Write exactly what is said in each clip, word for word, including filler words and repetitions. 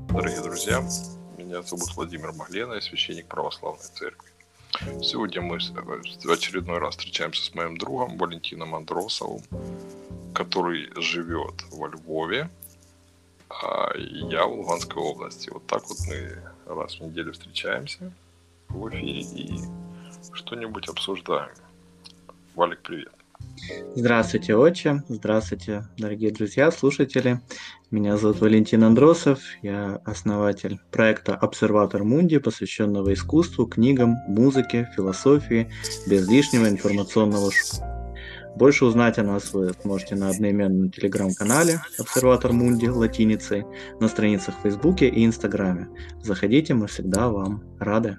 Дорогие друзья, меня зовут Владимир Маглена, я священник православной церкви. Сегодня мы в очередной раз встречаемся с моим другом Валентином Андросовым, который живет во Львове, а я в Луганской области. Вот так вот мы раз в неделю встречаемся в эфире и что-нибудь обсуждаем. Валик, привет. Здравствуйте, отче. Здравствуйте, дорогие друзья, слушатели. Меня зовут Валентин Андросов. Я основатель проекта «Обсерватор Мунди», посвященного искусству, книгам, музыке, философии, без лишнего информационного шума. Больше узнать о нас вы можете на одноименном телеграм-канале «Обсерватор Мунди» латиницей, на страницах в Фейсбуке и Инстаграме. Заходите, мы всегда вам рады.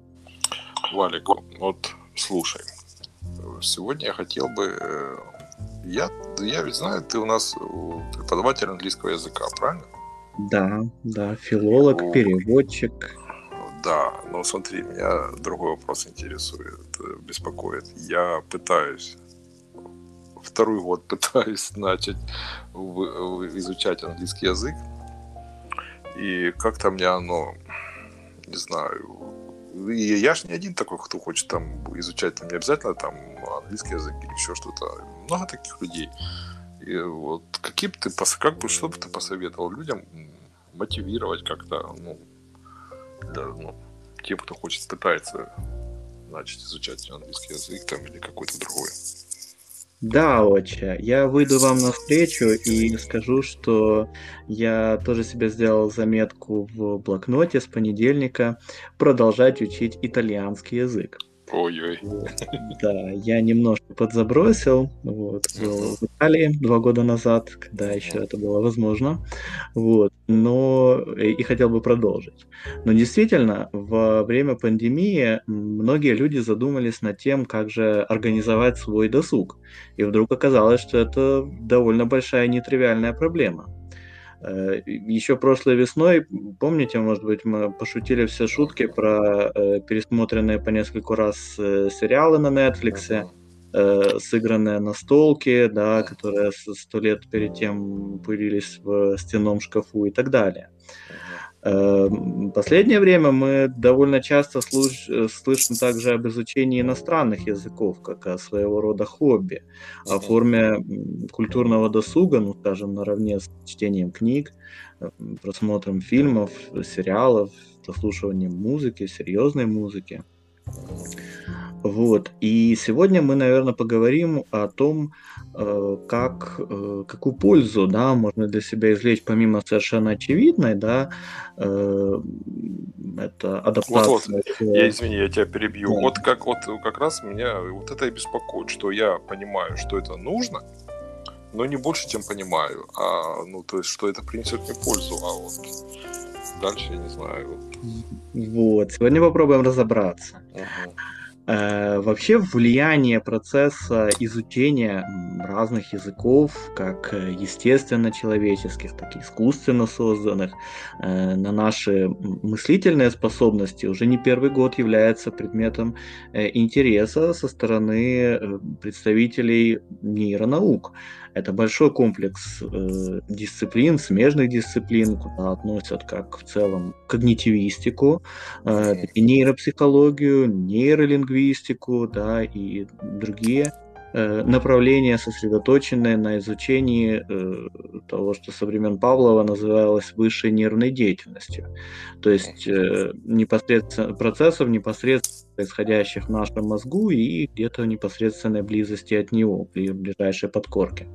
Валик, вот слушай. Сегодня я хотел бы... Я, я ведь знаю, ты у нас преподаватель английского языка, правильно? Да, да, филолог, Ну, переводчик. да, но смотри, меня другой вопрос интересует, беспокоит. Я пытаюсь, второй год пытаюсь начать в- в- изучать английский язык, и как-то мне оно, не знаю... И я же не один такой, кто хочет там изучать, там не обязательно там английский язык или еще что-то. Много таких людей. И вот какие бы ты, пос- как бы, что бы ты посоветовал людям м, мотивировать как-то, ну, для, ну, тем, кто хочет, пытается начать изучать английский язык там или какой-то другой. Да, отче, я выйду вам навстречу и скажу, что я тоже себе сделал заметку в блокноте с понедельника продолжать учить итальянский язык. Ой-ой. Вот. Да, я немножко подзабросил, вот, Мгм, был в Италии два года назад, когда еще мгм, это было возможно, вот, но и и хотел бы продолжить. Но действительно, во время пандемии многие люди задумались над тем, как же организовать свой досуг. И вдруг оказалось, что это довольно большая нетривиальная проблема. Э, Еще прошлой весной, м, помните, может быть, мы пошутили все шутки мгм, про э, пересмотренные по нескольку раз э, сериалы на Netflix, мгм, э, сыгранные настолки, да, мгм, которые с- сто лет перед тем пылились в стенном шкафу и так далее. мгм, Эм, Последнее время мы довольно часто слуш- э, слышим также об изучении иностранных языков, как о своего рода хобби, о мгм. форме м, культурного досуга, ну, скажем, наравне с чтением книг, э, м, просмотром фильмов, э, сериалов, прослушиванием музыки, серьезной музыки. Вот. И сегодня мы, наверное, поговорим о том, э, как, э, какую пользу, да, можно для себя извлечь помимо совершенно очевидной, да, э, м, это Вот-вот, адаптация к я э, извини, я тебя перебью. да. Вот как вот как раз меня вот это и беспокоит, что я понимаю, что это нужно, но не больше, чем понимаю. А, ну, то есть, что это принесет мне пользу, а вот дальше я не знаю. Вот. Вот. Сегодня попробуем разобраться. Мгм. Э, Вообще влияние процесса изучения м, разных языков, как э, естественно-человеческих, так и искусственно созданных, э, на наши м, мыслительные способности уже не первый год является предметом э, интереса со стороны э, представителей нейронаук. Это большой комплекс э, дисциплин, смежных дисциплин, куда относят как в целом когнитивистику, э, Мгм. так и нейропсихологию, нейролингвистику, да, и другие э, направления, сосредоточенные на изучении э, того, что со времен Павлова называлось высшей нервной деятельностью. То есть э, непосредственно процессов, непосредственно происходящих в нашем мозгу и где-то в непосредственной близости от него, при ближайшей подкорке.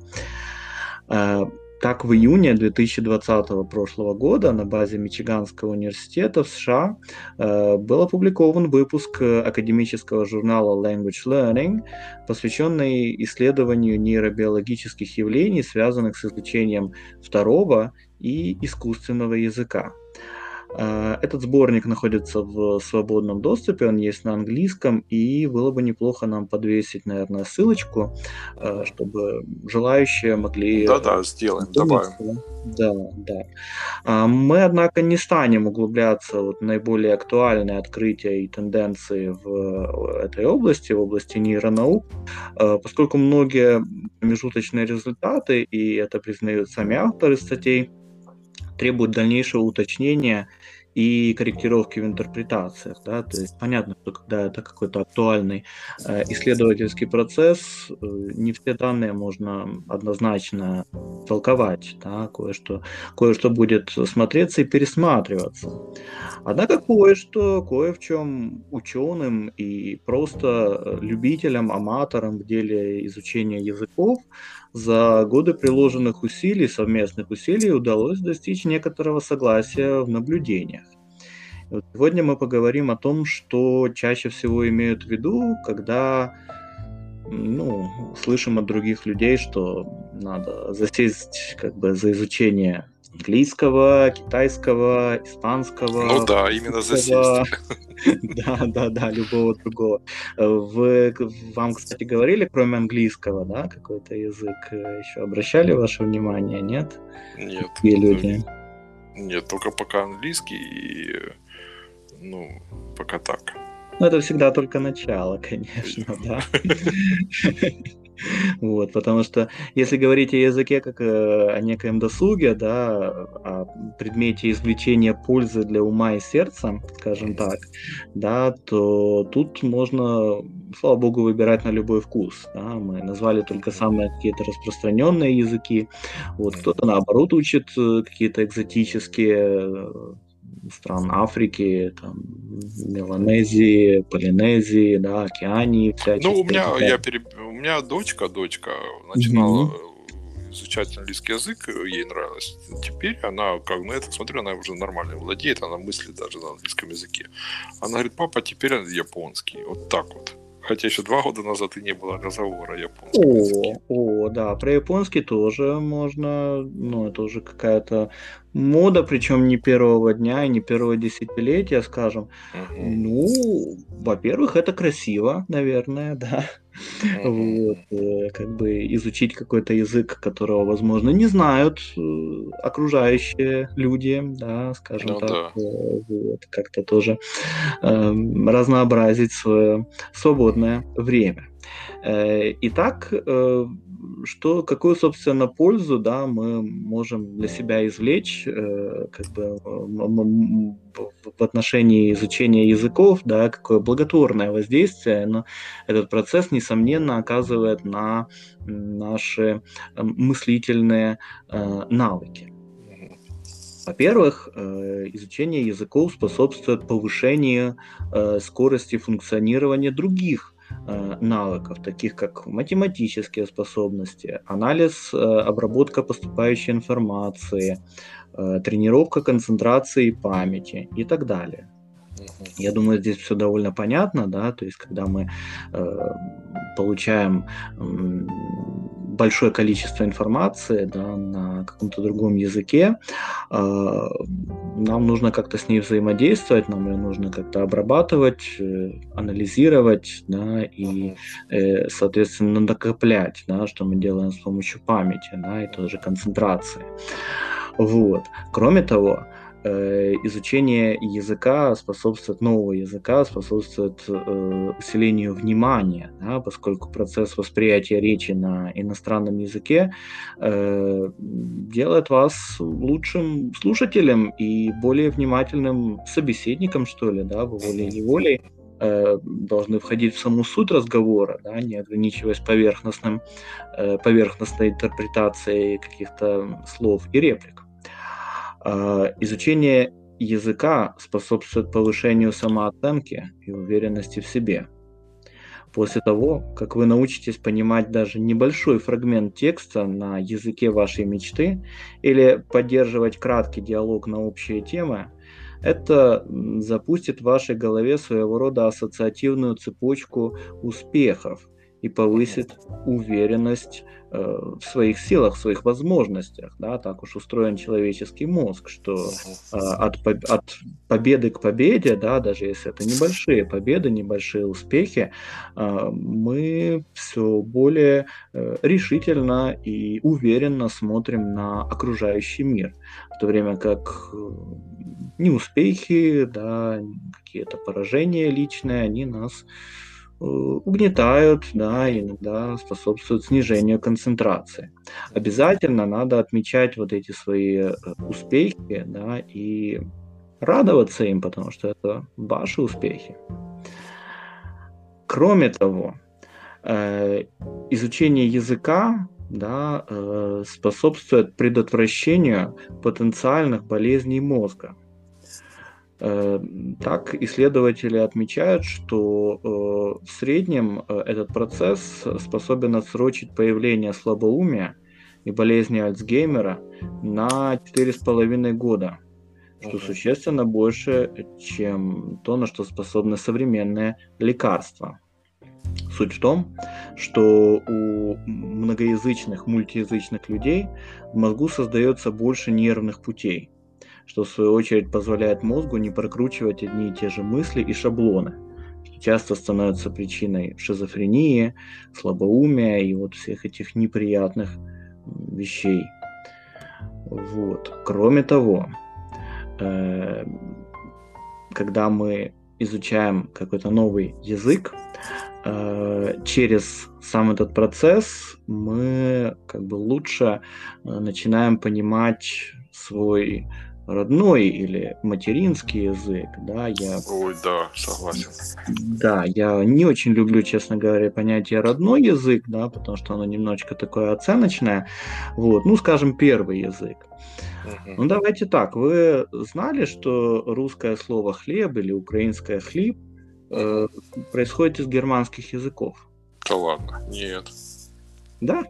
А, Так, в июне две тысячи двадцатого прошлого года на базе Мичиганского университета в США э, был опубликован выпуск э, академического журнала Language Learning, посвященный исследованию нейробиологических явлений, связанных с изучением второго и искусственного языка. А, Этот сборник находится в свободном доступе, он есть на английском, и было бы неплохо нам подвесить, наверное, ссылочку, э, Мгм. чтобы желающие могли э, Да-да, сделаем, добавим. ознакомиться. Да, да. А, Мы, однако, не станем углубляться вот в наиболее актуальные открытия и тенденции в э, этой области, в области нейронаук, э, поскольку многие промежуточные результаты, и это признают сами авторы статей, требует дальнейшего уточнения и корректировки в интерпретациях, да, то есть понятно, что когда это какой-то актуальный э, исследовательский процесс, э, не все данные можно однозначно толковать, да, кое-что, кое-что будет смотреться и пересматриваться. Однако кое-что, кое в чем ученым и просто любителям, аматорам в деле изучения языков за годы приложенных усилий, совместных усилий удалось достичь некоторого согласия в наблюдениях. И вот сегодня мы поговорим о том, что чаще всего имеют в виду, когда ну, слышим от других людей, что надо засесть как бы за изучение английского, китайского, Ну испанского, да, именно засесть. французского, да, да, да, любого другого. Э, Вы, вам, кстати, говорили, кроме английского, да, какой-то язык э, еще обращали ваше внимание, нет? Нет, Другие ну, люди. нет, только пока английский и, ну, пока так. Ну, это всегда только начало, конечно, да. Вот, потому что если говорить о языке как э, о некоем досуге, да, о предмете извлечения пользы для ума и сердца, скажем так, да, то тут можно, слава богу, выбирать на любой вкус. Да. Мы назвали только самые какие-то распространенные языки. Вот, кто-то, наоборот, учит э, какие-то экзотические э, стран Африки, там, Меланезии, Полинезии, да, Океании Ну, у всяческие. меня, я переб... у меня дочка, дочка начинала Мгм. э, изучать английский язык, э, ей нравилось. Теперь она, как на это смотрю, она уже нормально владеет, она мыслит даже на английском языке. Она говорит, папа, теперь японский. Вот так вот. Хотя еще два года назад и не было разговора о японском языке. О, о, да, про японский тоже можно, ну, это уже какая-то мода, причем не первого дня и не первого десятилетия, скажем. Мгм. Ну, во-первых, это красиво, наверное, да. Мгм. Вот, э, как бы изучить какой-то язык, которого, возможно, не знают э, окружающие люди, да, скажем Ну так, да. э, вот, как-то тоже эм, разнообразить свое свободное время. Э, Итак, э, что, какую, собственно, пользу, да, мы можем для себя извлечь, э, как бы, э, м- м- в в отношении изучения языков, да, какое благотворное воздействие но этот процесс, несомненно, оказывает на м, наши э, мыслительные э, навыки. Мгм. Во-первых, э, изучение языков способствует повышению э, скорости функционирования других э, навыков, таких как математические способности, анализ, э, обработка поступающей информации, э, тренировка концентрации и памяти и так далее. Мгм. Я думаю, здесь все довольно понятно, да, то есть когда мы э, получаем м, большое количество информации, да, на каком-то другом языке, а, нам нужно как-то с ней взаимодействовать, нам ее нужно как-то обрабатывать, э, анализировать, да, и, Мгм. э, соответственно, накоплять, да, что мы делаем с помощью памяти, да, и тоже концентрации. Вот. Кроме того, э, изучение языка способствует, нового языка способствует э, усилению внимания, да, поскольку процесс восприятия речи на иностранном языке э, делает вас лучшим слушателем и более внимательным собеседником, что ли, да, вы волей-неволей э, должны входить в саму суть разговора, да, не ограничиваясь поверхностным, э, поверхностной интерпретацией каких-то слов и реплик. А, Изучение языка способствует повышению самооценки и уверенности в себе. После того, как вы научитесь понимать даже небольшой фрагмент текста на языке вашей мечты или поддерживать краткий диалог на общие темы, это м, запустит в вашей голове своего рода ассоциативную цепочку успехов и Мгм. повысит уверенность э, в своих силах, в своих возможностях. Да? Так уж устроен человеческий мозг, что э, от, поб- от победы к победе, да, даже если это небольшие победы, небольшие успехи, а, мы все более э, решительно и уверенно смотрим на окружающий мир, в то время как э, неуспехи, да, какие-то поражения личные, они нас угнетают, да, иногда способствуют снижению концентрации. Обязательно надо отмечать вот эти свои успехи, да, и радоваться им, потому что это ваши успехи. Кроме того, изучение языка, да, способствует предотвращению потенциальных болезней мозга. Так, исследователи отмечают, что в среднем этот процесс способен отсрочить появление слабоумия и болезни Альцгеймера на четыре с половиной года, что существенно больше, чем то, на что способны современные лекарства. Суть в том, что у многоязычных, мультиязычных людей в мозгу создается больше нервных путей, что в свою очередь позволяет мозгу не прокручивать одни и те же мысли и шаблоны, что часто становится причиной шизофрении, слабоумия и вот всех этих неприятных вещей. Вот. Кроме того, э- когда мы изучаем какой-то новый язык, э- через сам этот процесс мы как бы лучше начинаем понимать свой родной или материнский язык, да, я... Ой, да, согласен. Да, я не очень люблю, честно говоря, понятие родной язык, да, потому что оно немножечко такое оценочное, вот, ну, скажем, первый язык. Uh-huh. Ну, давайте так, вы знали, что русское слово «хлеб» или украинское «хлеб» uh-huh. э, происходит из германских языков? Да ладно, нет. Да?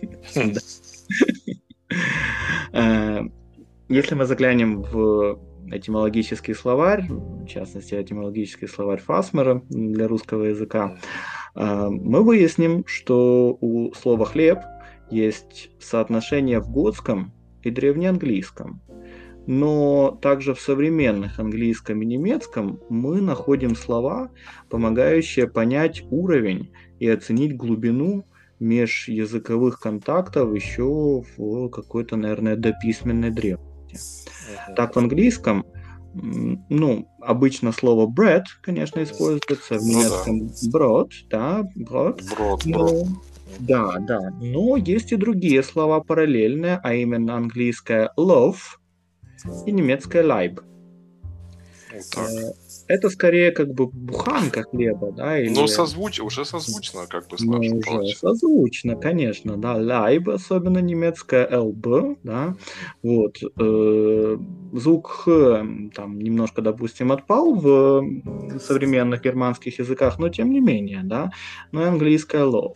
Если мы заглянем в этимологический словарь, в частности, этимологический словарь Фасмера для русского языка, мы выясним, что у слова «хлеб» есть соотношение в готском и древнеанглийском. Но также в современных английском и немецком мы находим слова, помогающие понять уровень и оценить глубину межязыковых контактов еще в какой-то, наверное, дописьменной древности. Так, в английском, ну, обычно слово bread, конечно, используется, в немецком ну, да. brot, да, brot. Брод, но, брод. Да, да, но есть и другие слова параллельные, а именно английское loaf и немецкое leib. Вот так. Это скорее как бы буханка хлеба, да? Или... Ну, созвуч... уже созвучно, как бы, с ну, нашим уже прочим. созвучно, конечно, да. Leib, особенно немецкое lb, да. Вот. Э, звук х там немножко, допустим, отпал в современных германских языках, но тем не менее, да. Ну и английское loaf.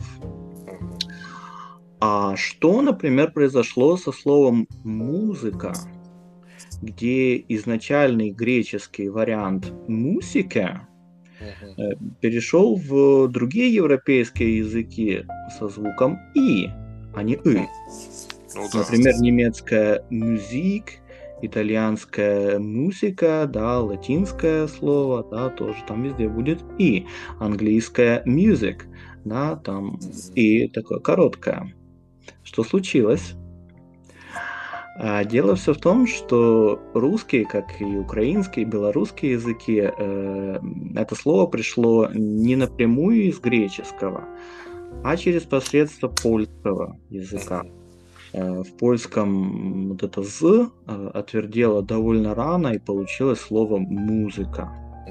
А что, например, произошло со словом «музыка», где изначальный греческий вариант «мусика» uh-huh. перешел в другие европейские языки со звуком «и», а не «ы». Ну, да. Например, немецкое «музик», итальянское «музыка», да, латинское слово, да, тоже там везде будет «и». Английское «music», да, там «и» такое короткое. Что случилось? Дело все в том, что русский, как и украинский, и белорусский языки, э, это слово пришло не напрямую из греческого, а через посредство польского языка. Э, в польском вот это «з» отвердело довольно рано, и получилось слово «музыка».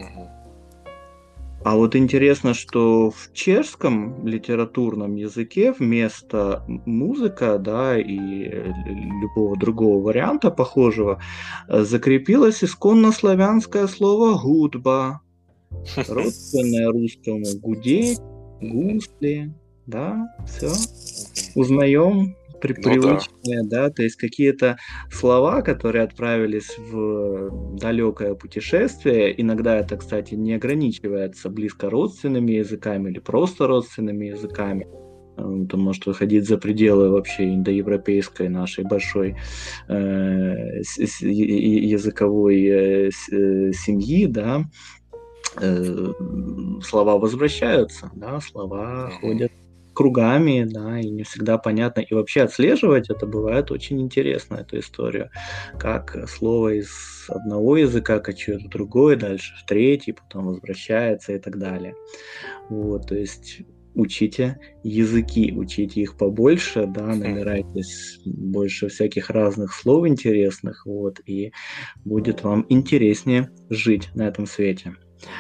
А вот интересно, что в чешском литературном языке вместо музыка, да, и любого другого варианта похожего закрепилось исконно славянское слово «гудба», родственное русскому «гудеть», «гусли», да, все, узнаем. При, ну, привычные, да. да, то есть какие-то слова, которые отправились в далекое путешествие, иногда это, кстати, не ограничивается близко родственными языками или просто родственными языками, это может выходить за пределы вообще индоевропейской нашей большой э, с, языковой э, семьи, да, э, слова возвращаются, да, слова mm-hmm. ходят кругами, да, и не всегда понятно. И вообще отслеживать это бывает очень интересно, эту историю. Как слово из одного языка кочует в другой, дальше в третий, потом возвращается и так далее. Вот, то есть учите языки, учите их побольше, да, набирайтесь больше всяких разных слов интересных, вот, и будет вам интереснее жить на этом свете.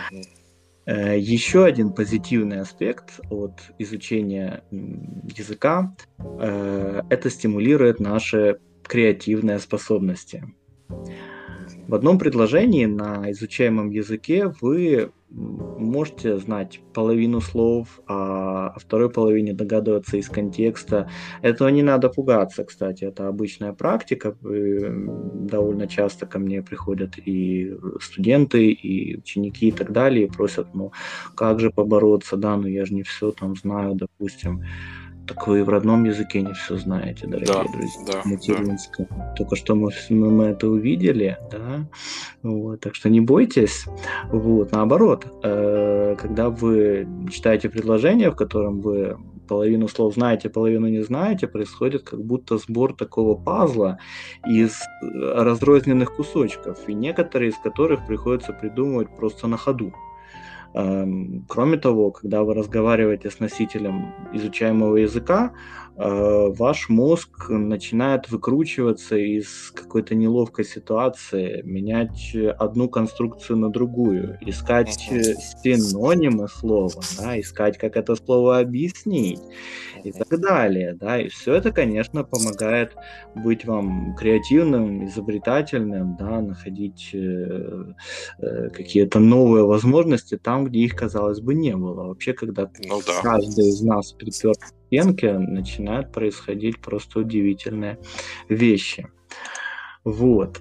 Э, Еще один позитивный аспект от изучения м, языка э, это стимулирует наши креативные способности. В одном предложении на изучаемом языке вы м, можете знать половину слов, а о второй половине догадываться из контекста. Этого не надо пугаться, кстати, это обычная практика. Э, Довольно часто ко мне приходят и студенты, и ученики, и так далее, и просят, ну, как же побороться, да, ну я же не все там знаю, допустим. Так вы в родном языке не все знаете, дорогие Да, друзья. да, В материнском. Только что мы, вс- мы, мы это увидели, да. Вот, так что не бойтесь. Вот, наоборот, э, когда вы читаете предложение, в котором вы половину слов знаете, половину не знаете, происходит как будто сбор такого пазла из э, разрозненных кусочков, и некоторые из которых приходится придумывать просто на ходу. Эм, Кроме того, когда вы разговариваете с носителем изучаемого языка, э, ваш мозг начинает выкручиваться из какой-то неловкой ситуации, менять э, одну конструкцию на другую, искать Мгм. э, синонимы слова, да, искать, как это слово объяснить и Мгм. так далее, да, и все это, конечно, помогает быть вам креативным, изобретательным, да, находить э, э, какие-то новые возможности там, где их, казалось бы, не было. Вообще, когда Ну да. каждый из нас припёр к стенке, начинают происходить просто удивительные вещи. Вот.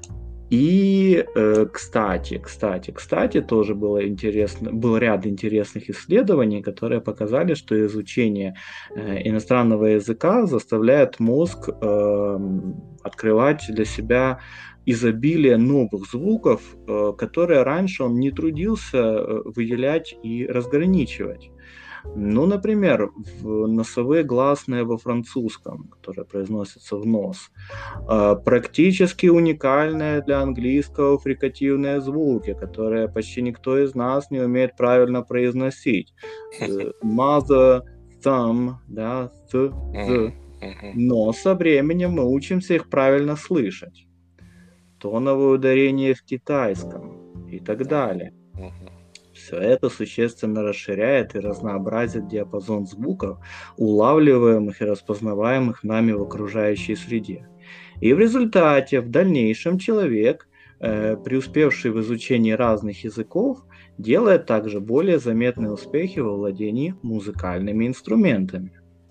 И, э, кстати, кстати, кстати, тоже было интересно, был ряд интересных исследований, которые показали, что изучение э, иностранного языка заставляет мозг эм, открывать для себя изобилие новых звуков, э, которые раньше он не трудился э, выделять и разграничивать. Ну, например, в носовые гласные во французском, которые произносятся в нос, а, практически уникальные для английского фрикативные звуки, которые почти никто из нас не умеет правильно произносить. Э, Mother, thumb, да, th, the. Мгм. Мгм. Но со временем мы учимся их правильно слышать. Тоновое ударение в китайском и так далее. Мгм. Все это существенно расширяет и разнообразит диапазон звуков, улавливаемых и распознаваемых нами в окружающей среде. И в результате, в дальнейшем человек, э, преуспевший в изучении разных языков, делает также более заметные успехи во владении музыкальными инструментами.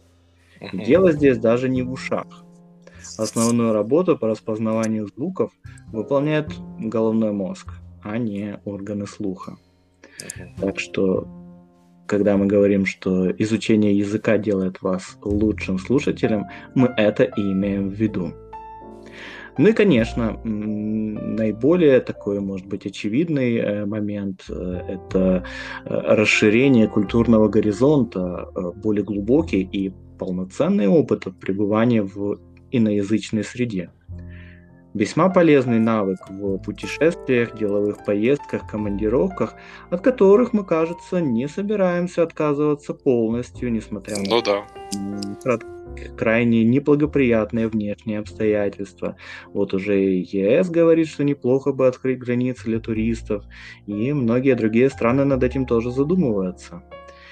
И Мгм. дело здесь даже не в ушах. Основную работу по распознаванию звуков выполняет головной мозг, а не органы слуха. Мгм. Так что, когда мы говорим, что изучение языка делает вас лучшим слушателем, мы это и имеем в виду. Ну и, конечно, м, наиболее такой, может быть, очевидный э, момент э, это э, расширение культурного горизонта, э, более глубокий и полноценный опыт от пребывания в иноязычной среде. Весьма полезный навык в путешествиях, деловых поездках, командировках, от которых мы, кажется, не собираемся отказываться полностью, несмотря на Ну да. м, крат- крайне неблагоприятные внешние обстоятельства. Вот уже и ЕС говорит, что неплохо бы открыть границы для туристов, и многие другие страны над этим тоже задумываются.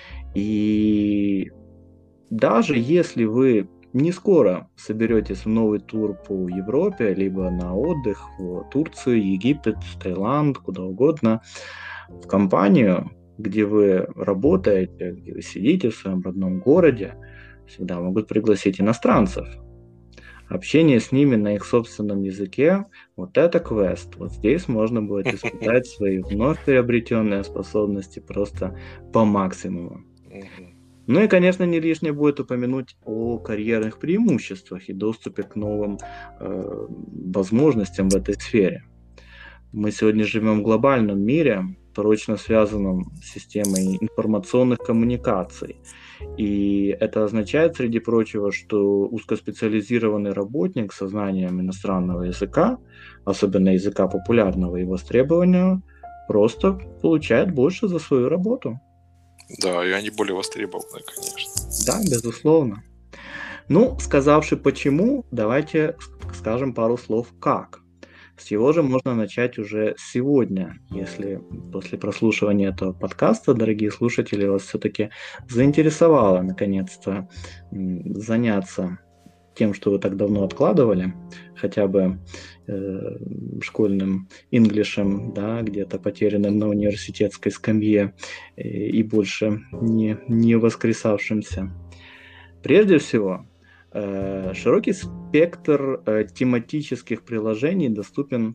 И даже если вы не скоро соберетесь в новый тур по Европе, либо на отдых в Турцию, Египет, Таиланд, куда угодно, в компанию, где вы работаете, где вы сидите в своем родном городе, всегда могут пригласить иностранцев. Общение с ними на их собственном языке – вот это квест. Вот здесь можно будет испытать свои вновь приобретенные способности просто по максимуму. Мгм. Ну и, конечно, не лишнее будет упомянуть о карьерных преимуществах и доступе к новым э, возможностям в этой сфере. Мы сегодня живем в глобальном мире, прочно связанном с системой информационных коммуникаций. И это означает, среди прочего, что узкоспециализированный работник со знанием иностранного языка, особенно языка популярного и востребованного, просто получает больше за свою работу. Да, и они более востребованы, конечно. Да, безусловно. Ну, сказавши почему, давайте скажем пару слов как. С чего же можно начать уже сегодня, если после прослушивания этого подкаста, дорогие слушатели, вас все-таки заинтересовало наконец-то заняться тем, что вы так давно откладывали, хотя бы э, школьным инглишем, да, где-то потерянным на университетской скамье э, и больше не, не воскресавшимся. Прежде всего, э, широкий спектр э, тематических приложений доступен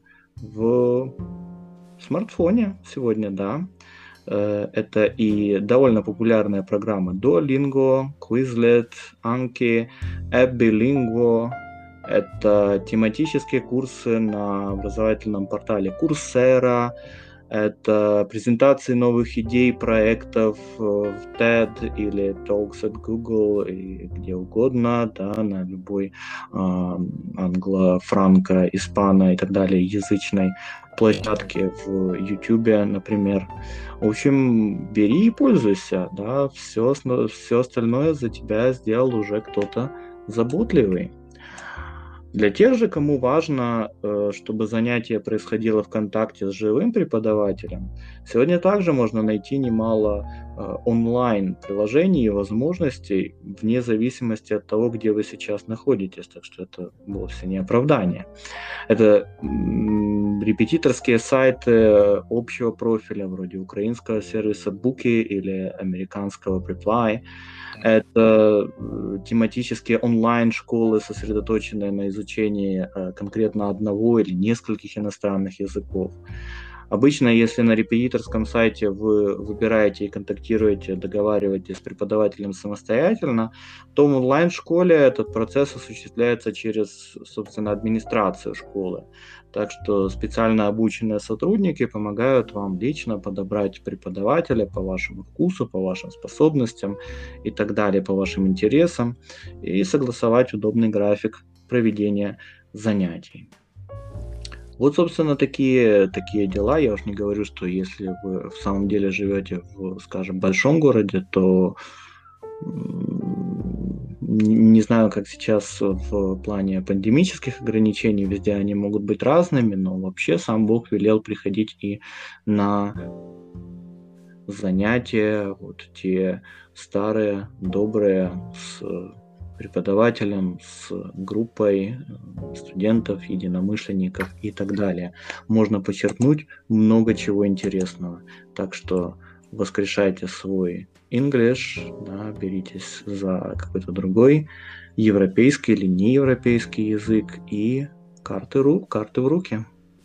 в смартфоне сегодня, да. Э, это и довольно популярная программа Duolingo, Quizlet, Anki, AppBilingo. Это тематические курсы на образовательном портале Coursera. Это презентации новых идей, проектов в TED или Talks at Google и где угодно, да, на любой э, англо, франко, испано и так далее язычной площадке в YouTube, например. В общем, бери и пользуйся, да, все, все остальное за тебя сделал уже кто-то заботливый. Для тех же, кому важно, чтобы занятие происходило в контакте с живым преподавателем, сегодня также можно найти немало онлайн-приложений и возможностей вне зависимости от того, где вы сейчас находитесь. Так что это вовсе не оправдание. Это репетиторские сайты общего профиля, вроде украинского сервиса Bookie или американского Preply. Это тематические онлайн-школы, сосредоточенные на изучении конкретно одного или нескольких иностранных языков. Обычно, если на репетиторском сайте вы выбираете и контактируете, договариваетесь с преподавателем самостоятельно, то в онлайн-школе этот процесс осуществляется через, собственно, администрацию школы. Так что специально обученные сотрудники помогают вам лично подобрать преподавателя по вашему вкусу, по вашим способностям и так далее, по вашим интересам, и согласовать удобный график проведения занятий. Вот, собственно, такие, такие дела. Я уж не говорю, что если вы в самом деле живете в, скажем, большом городе, то не знаю, как сейчас в плане пандемических ограничений, везде они могут быть разными, но вообще сам Бог велел приходить и на занятия, вот те старые, добрые, с преподавателем, с группой студентов, единомышленников и так далее. Можно подчеркнуть много чего интересного. Так что воскрешайте свой English, да, беритесь за какой-то другой европейский или неевропейский язык и карты, ру, карты в руки.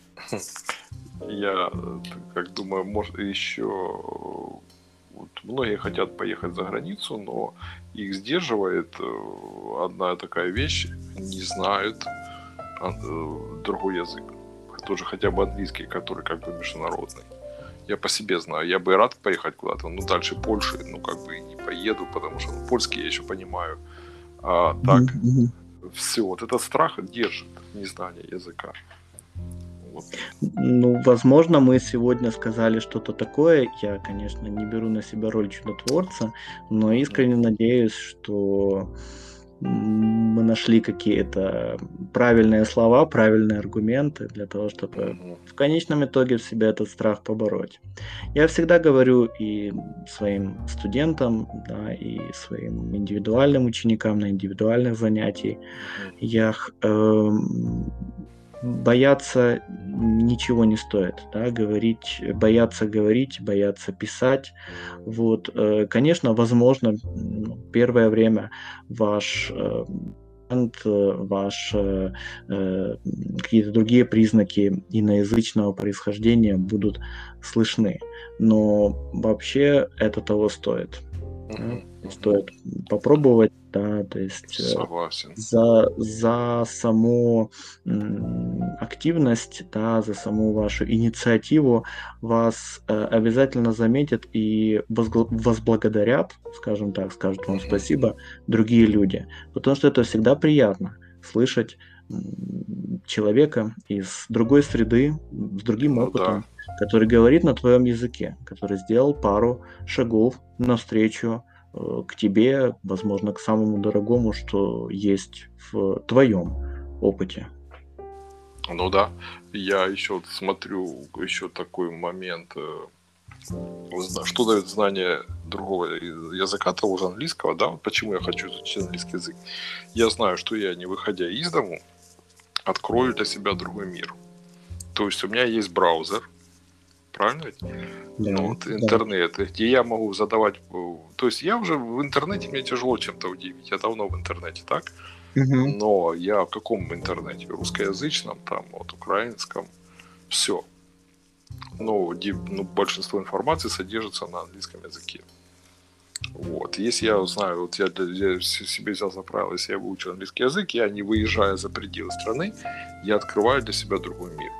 Я как думаю, может еще вот многие хотят поехать за границу, но их сдерживает одна такая вещь: не знают другой язык, тоже хотя бы английский, который как бы международный. Я по себе знаю, я бы рад поехать куда-то, но дальше Польши, ну как бы не поеду, потому что ну, польский я еще понимаю. А так, mm-hmm. все, вот этот страх держит незнание языка. Вот. Ну, возможно, мы сегодня сказали что-то такое. Я, конечно, не беру на себя роль чудотворца, но искренне надеюсь, что мы нашли какие-то правильные слова, правильные аргументы для того, чтобы mm-hmm. в конечном итоге в себе этот страх побороть. Я всегда говорю и своим студентам, да, и своим индивидуальным ученикам на индивидуальных занятиях, mm-hmm. я э, бояться ничего не стоит, да, говорить, бояться говорить, бояться писать. Вот, конечно, возможно, первое время ваш ваш какие-то другие признаки иноязычного происхождения будут слышны, но вообще это того стоит. Мгм. Да, Мгм. стоит попробовать, да, то есть э, Согласен. за, за саму м, активность, да, за саму вашу инициативу вас э, обязательно заметят и возгл- возблагодарят, скажем так, скажут вам Мгм. спасибо другие люди, потому что это всегда приятно слышать м, человека из другой среды, м, с другим Ну да. опытом, который говорит на твоем языке, который сделал пару шагов навстречу э, к тебе, возможно, к самому дорогому, что есть в твоем опыте. Ну да. Я еще вот смотрю, еще такой момент. э, зна- Что дает знание другого языка, того же английского, да? Вот почему я хочу изучить английский язык. Я знаю, что я, не выходя из дому, открою для себя другой мир. То есть у меня есть браузер, правильно ведь? Да, Ну, вот да. интернет, где я могу задавать... э, То есть я уже в интернете, мне тяжело чем-то удивить. Я давно в интернете, так? Мгм. Но я в каком интернете? Русскоязычном, там, вот, украинском. Все. Ну, ди- ну, большинство информации содержится на английском языке. Вот. Если я знаю, вот я, для- я с- себе взял за правило, если я выучу английский язык, я не выезжая за пределы страны, я открываю для себя другой мир.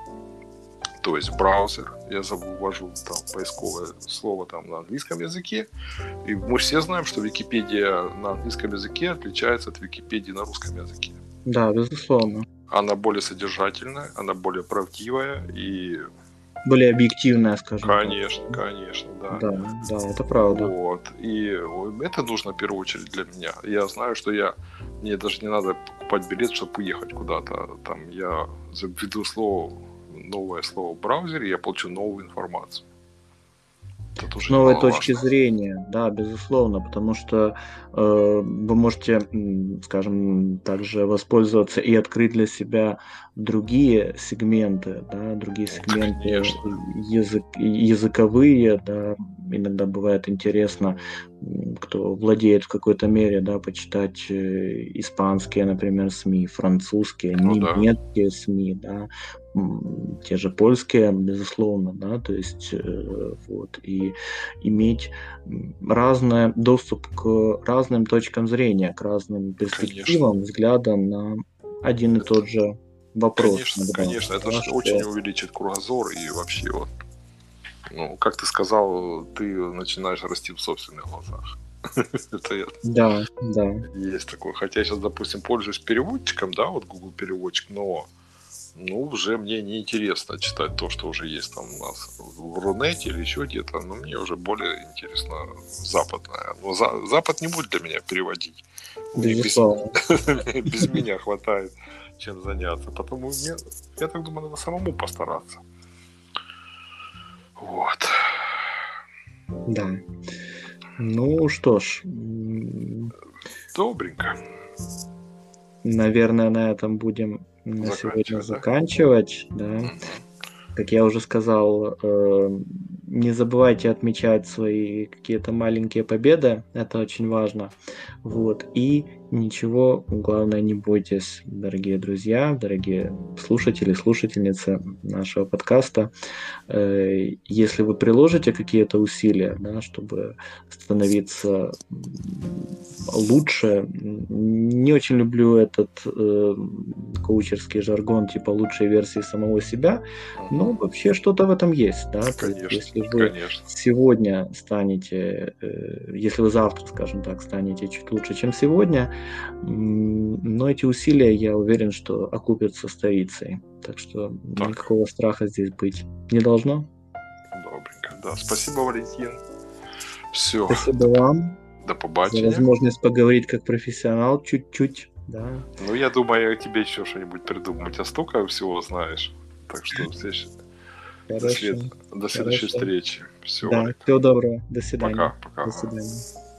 То есть браузер, я ввожу там поисковое слово там на английском языке, и мы все знаем, что Википедия на английском языке отличается от Википедии на русском языке. Да, безусловно. Она более содержательная, она более правдивая и, Более объективная, скажем так. конечно, конечно, да. Да, да, это правда. Вот. И это нужно в первую очередь для меня. Я знаю, что я мне даже не надо покупать билет, чтобы уехать куда-то. Там я введу слово, новое слово в браузере, и я получу новую информацию. Это С тоже новой точки немаловажно. зрения, да, безусловно, потому что э, вы можете, м, скажем, также воспользоваться и открыть для себя другие сегменты, да, другие Да, сегменты конечно. язык, языковые, да, иногда бывает интересно, м, кто владеет в какой-то мере, да, почитать э, испанские, например, СМИ, французские, Ну да, немецкие СМИ, да, м, те же польские, безусловно, да, то есть э, вот, и иметь м, разный доступ к разным точкам зрения, к разным конечно. перспективам, взглядам на один и Это, тот же вопрос конечно, иногда, конечно, это да, же очень что увеличит кругозор и вообще вот, ну, как ты сказал, ты начинаешь расти в собственных глазах. Это я- да, да, есть такое. Хотя я сейчас, допустим, пользуюсь переводчиком, да, вот Google переводчик, но ну, уже мне не интересно читать то, что уже есть там у нас в Рунете или еще где-то. Но мне уже более интересно западное. Но за, Запад не будет для меня переводить. У них без, безусловно. без меня хватает чем заняться. Потому мне, я так думаю, надо самому постараться. Вот. Да. Ну что ж, м, Добренько. наверное, на этом будем на сегодня Заканчивать, да? заканчивать, да. Мгм. Как я уже сказал, э, не забывайте отмечать свои какие-то маленькие победы, это очень важно. Вот. И ничего, главное, не бойтесь, дорогие друзья, дорогие слушатели, слушательницы нашего подкаста. Э, Если вы приложите какие-то усилия, да, чтобы становиться м, лучше, м, не очень люблю этот э, коучерский жаргон типа лучшей версии самого себя, но Мгм. вообще что-то в этом есть, да, то есть Конечно, если вы конечно. сегодня станете, э, если вы завтра, скажем так, станете чуть лучше, чем сегодня, м, но эти усилия, я уверен, что окупятся столицей. Так что Так, никакого страха здесь быть не должно. добренько. Да, спасибо, Валентин. Все, Спасибо до, вам до за побачення. возможность поговорить как профессионал чуть-чуть, да. Ну, я думаю, я тебе еще что-нибудь придумаю. У тебя столько всего знаешь. Так что здесь до, Хорошо, след... до следующей хорошо. встречи. Все, Да, Валик. всего доброго. До свидания. Пока, пока. До свидания.